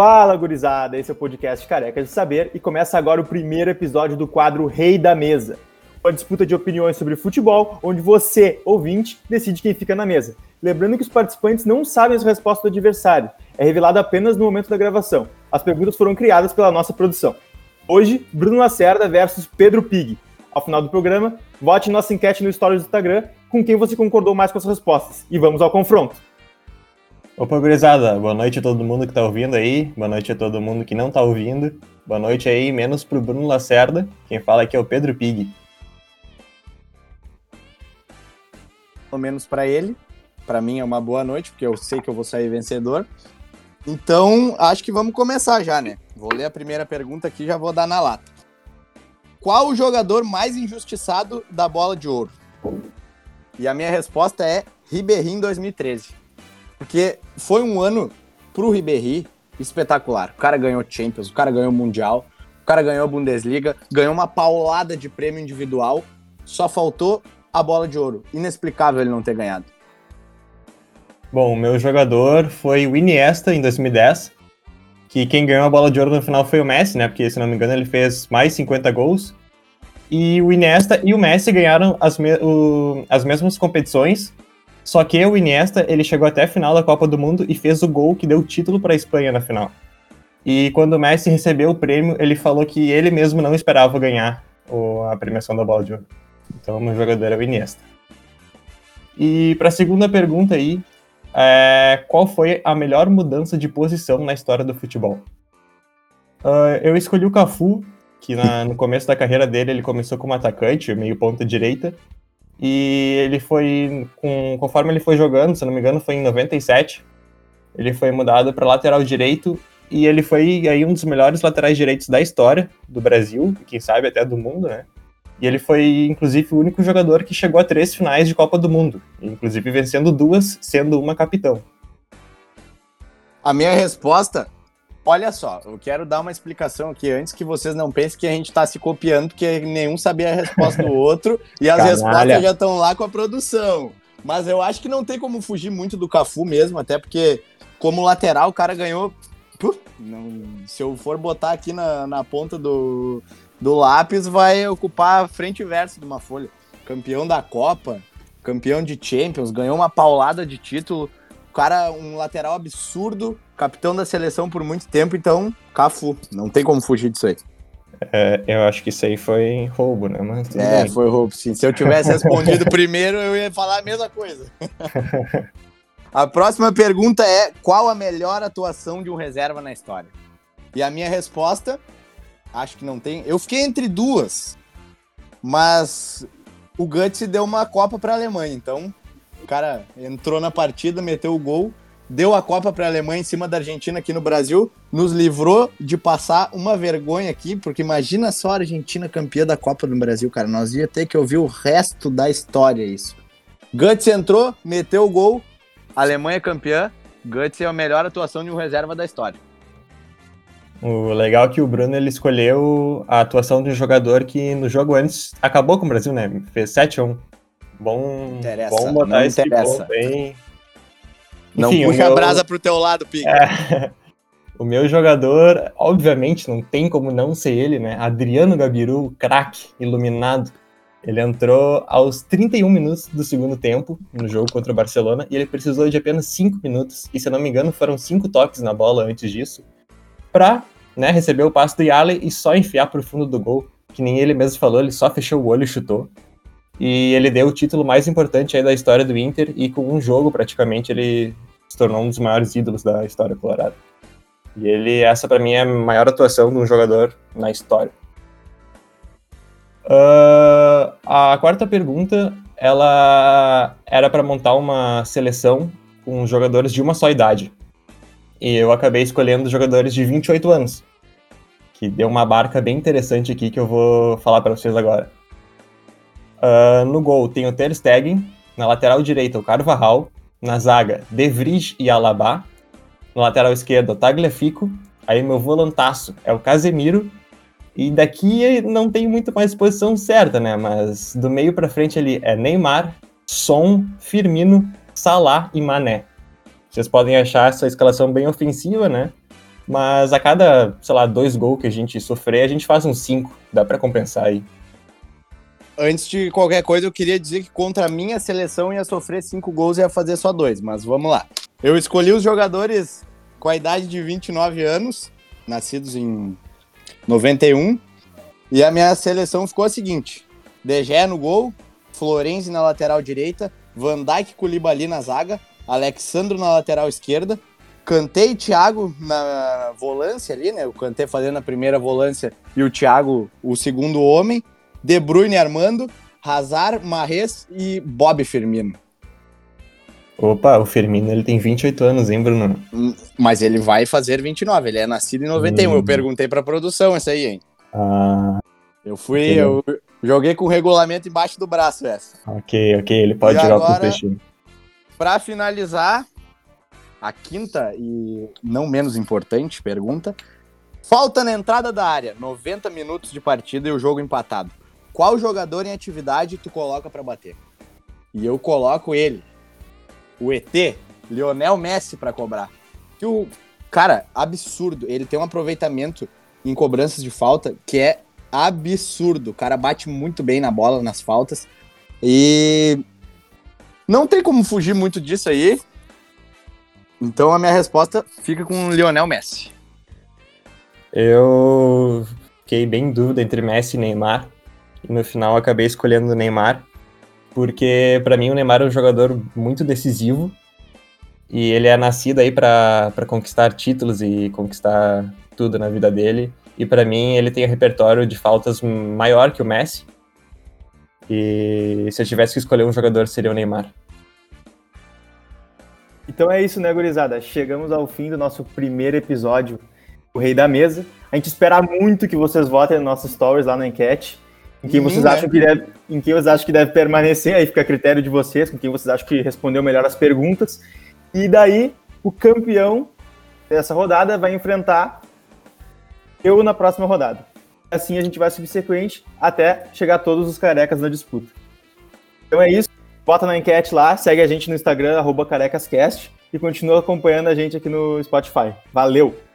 Fala, gurizada! Esse é o podcast Careca de Saber e começa agora o primeiro episódio do quadro Rei da Mesa. Uma disputa de opiniões sobre futebol, onde você, ouvinte, decide quem fica na mesa. Lembrando que os participantes não sabem as respostas do adversário. É revelado apenas no momento da gravação. As perguntas foram criadas pela nossa produção. Hoje, Bruno Lacerda versus Pedro Pig. Ao final do programa, vote em nossa enquete no Stories do Instagram com quem você concordou mais com as respostas. E vamos ao confronto. Opa, gurizada, boa noite a todo mundo que tá ouvindo aí, boa noite a todo mundo que não tá ouvindo, boa noite aí, menos pro Bruno Lacerda, quem fala aqui é o Pedro Pig. Pelo menos pra ele, pra mim é uma boa noite, porque eu sei que eu vou sair vencedor. Então, acho que vamos começar já, né? Vou ler a primeira pergunta aqui e já vou dar na lata. Qual o jogador mais injustiçado da Bola de Ouro? E a minha resposta é Ribéry em 2013. Porque foi um ano pro Ribéry espetacular. O cara ganhou Champions, o cara ganhou Mundial, o cara ganhou a Bundesliga, ganhou uma paulada de prêmio individual, só faltou a Bola de Ouro. Inexplicável ele não ter ganhado. Bom, o meu jogador foi o Iniesta em 2010, que quem ganhou a Bola de Ouro no final foi o Messi, né? Porque, se não me engano, ele fez mais 50 gols. E o Iniesta e o Messi ganharam as mesmas competições. Só que o Iniesta, ele chegou até a final da Copa do Mundo e fez o gol que deu o título para a Espanha na final. E quando o Messi recebeu o prêmio, ele falou que ele mesmo não esperava ganhar a premiação da Bola de Ouro. Então, o meu jogador é o Iniesta. E para a segunda pergunta aí, qual foi a melhor mudança de posição na história do futebol? Eu escolhi o Cafu, que no começo da carreira dele ele começou como atacante, meio ponta direita. E ele foi, conforme ele foi jogando, se não me engano, foi em 97, ele foi mudado para lateral direito e ele foi aí um dos melhores laterais direitos da história do Brasil, e quem sabe até do mundo, né? E ele foi, inclusive, o único jogador que chegou a 3 finais de Copa do Mundo, inclusive vencendo 2, sendo uma capitão. A minha resposta... Olha só, eu quero dar uma explicação aqui antes que vocês não pensem que a gente tá se copiando, porque nenhum sabia a resposta do outro e as respostas já estão lá com a produção. Mas eu acho que não tem como fugir muito do Cafu mesmo, até porque como lateral o cara ganhou... se eu for botar aqui na ponta do lápis, vai ocupar a frente e verso de uma folha. Campeão da Copa, campeão de Champions, ganhou uma paulada de título. O cara, um lateral absurdo, capitão da seleção por muito tempo, então, Cafu. Não tem como fugir disso aí. Eu acho que isso aí foi roubo, né? Mas bem. Foi roubo, sim. Se eu tivesse respondido primeiro, eu ia falar a mesma coisa. A próxima pergunta é: qual a melhor atuação de um reserva na história? E a minha resposta, acho que não tem. Eu fiquei entre duas, mas o Götze deu uma Copa para a Alemanha, então... O cara entrou na partida, meteu o gol, deu a Copa para a Alemanha em cima da Argentina aqui no Brasil, nos livrou de passar uma vergonha aqui, porque imagina só a Argentina campeã da Copa no Brasil, cara. Nós ia ter que ouvir o resto da história isso. Götze entrou, meteu o gol, Alemanha campeã, Götze é a melhor atuação de um reserva da história. O legal é que o Bruno ele escolheu a atuação de um jogador que no jogo antes acabou com o Brasil, né? Fez 7-1. Bom botar esse ponto aí. Não puxa a brasa pro teu lado, Pico. O meu jogador, obviamente, não tem como não ser ele, né? Adriano Gabiru, craque, iluminado. Ele entrou aos 31 minutos do segundo tempo no jogo contra o Barcelona e ele precisou de apenas 5 minutos. E, se eu não me engano, foram 5 toques na bola antes disso pra, né, receber o passe do Yali e só enfiar pro fundo do gol. Que nem ele mesmo falou, ele só fechou o olho e chutou. E ele deu o título mais importante aí da história do Inter e com um jogo, praticamente, ele se tornou um dos maiores ídolos da história colorada. E essa pra mim é a maior atuação de um jogador na história. A quarta pergunta, ela era para montar uma seleção com jogadores de uma só idade. E eu acabei escolhendo jogadores de 28 anos, que deu uma barca bem interessante aqui que eu vou falar para vocês agora. No gol tem o Ter Stegen, na lateral direita o Carvajal, na zaga De Vrij e Alaba, na lateral esquerda o Tagliafico, aí meu volantaço é o Casemiro, e daqui não tem muito mais posição certa, né, mas do meio pra frente ali é Neymar, Son, Firmino, Salah e Mané. Vocês podem achar essa escalação bem ofensiva, né, Mas a cada, sei lá, 2 gols que a gente sofrer, a gente faz uns 5. Dá pra compensar aí. Antes de qualquer coisa, eu queria dizer que contra a minha seleção ia sofrer 5 gols e ia fazer só 2, mas vamos lá. Eu escolhi os jogadores com a idade de 29 anos, nascidos em 91, e a minha seleção ficou a seguinte: De Gea no gol, Florenzi na lateral direita, Van Dijk, Koulibaly na zaga, Alexandro na lateral esquerda, Kanté e Thiago na volância ali, né? O Kanté fazendo a primeira volância e o Thiago o segundo homem, De Bruyne armando, Hazard, Mahrez e Bob Firmino. Opa, o Firmino, ele tem 28 anos, hein, Bruno? Mas ele vai fazer 29, ele é nascido em 91. Eu perguntei pra produção essa aí, hein? Eu joguei com o regulamento embaixo do braço essa. Ok, ele pode E jogar agora, pro peixinho. Pra finalizar, a quinta e não menos importante pergunta. Falta na entrada da área, 90 minutos de partida e o jogo empatado. Qual jogador em atividade tu coloca pra bater? E eu coloco ele, o ET, Lionel Messi, pra cobrar. Que o cara, absurdo. Ele tem um aproveitamento em cobranças de falta que é absurdo. O cara bate muito bem na bola, nas faltas. E não tem como fugir muito disso aí. Então a minha resposta fica com o Lionel Messi. Eu fiquei bem em dúvida entre Messi e Neymar. E no final acabei escolhendo o Neymar. Porque pra mim o Neymar é um jogador muito decisivo. E ele é nascido aí pra conquistar títulos e conquistar tudo na vida dele. E pra mim ele tem um repertório de faltas maior que o Messi. E se eu tivesse que escolher um jogador, seria o Neymar. Então é isso, né, gurizada? Chegamos ao fim do nosso primeiro episódio, o Rei da Mesa. A gente espera muito que vocês votem nos nossos stories lá na enquete. Em quem vocês acham que deve permanecer, aí fica a critério de vocês, com quem vocês acham que respondeu melhor as perguntas. E daí, o campeão dessa rodada vai enfrentar eu na próxima rodada. Assim a gente vai subsequente até chegar todos os carecas na disputa. Então é isso. Bota na enquete lá, segue a gente no Instagram, @carecascast, e continua acompanhando a gente aqui no Spotify. Valeu!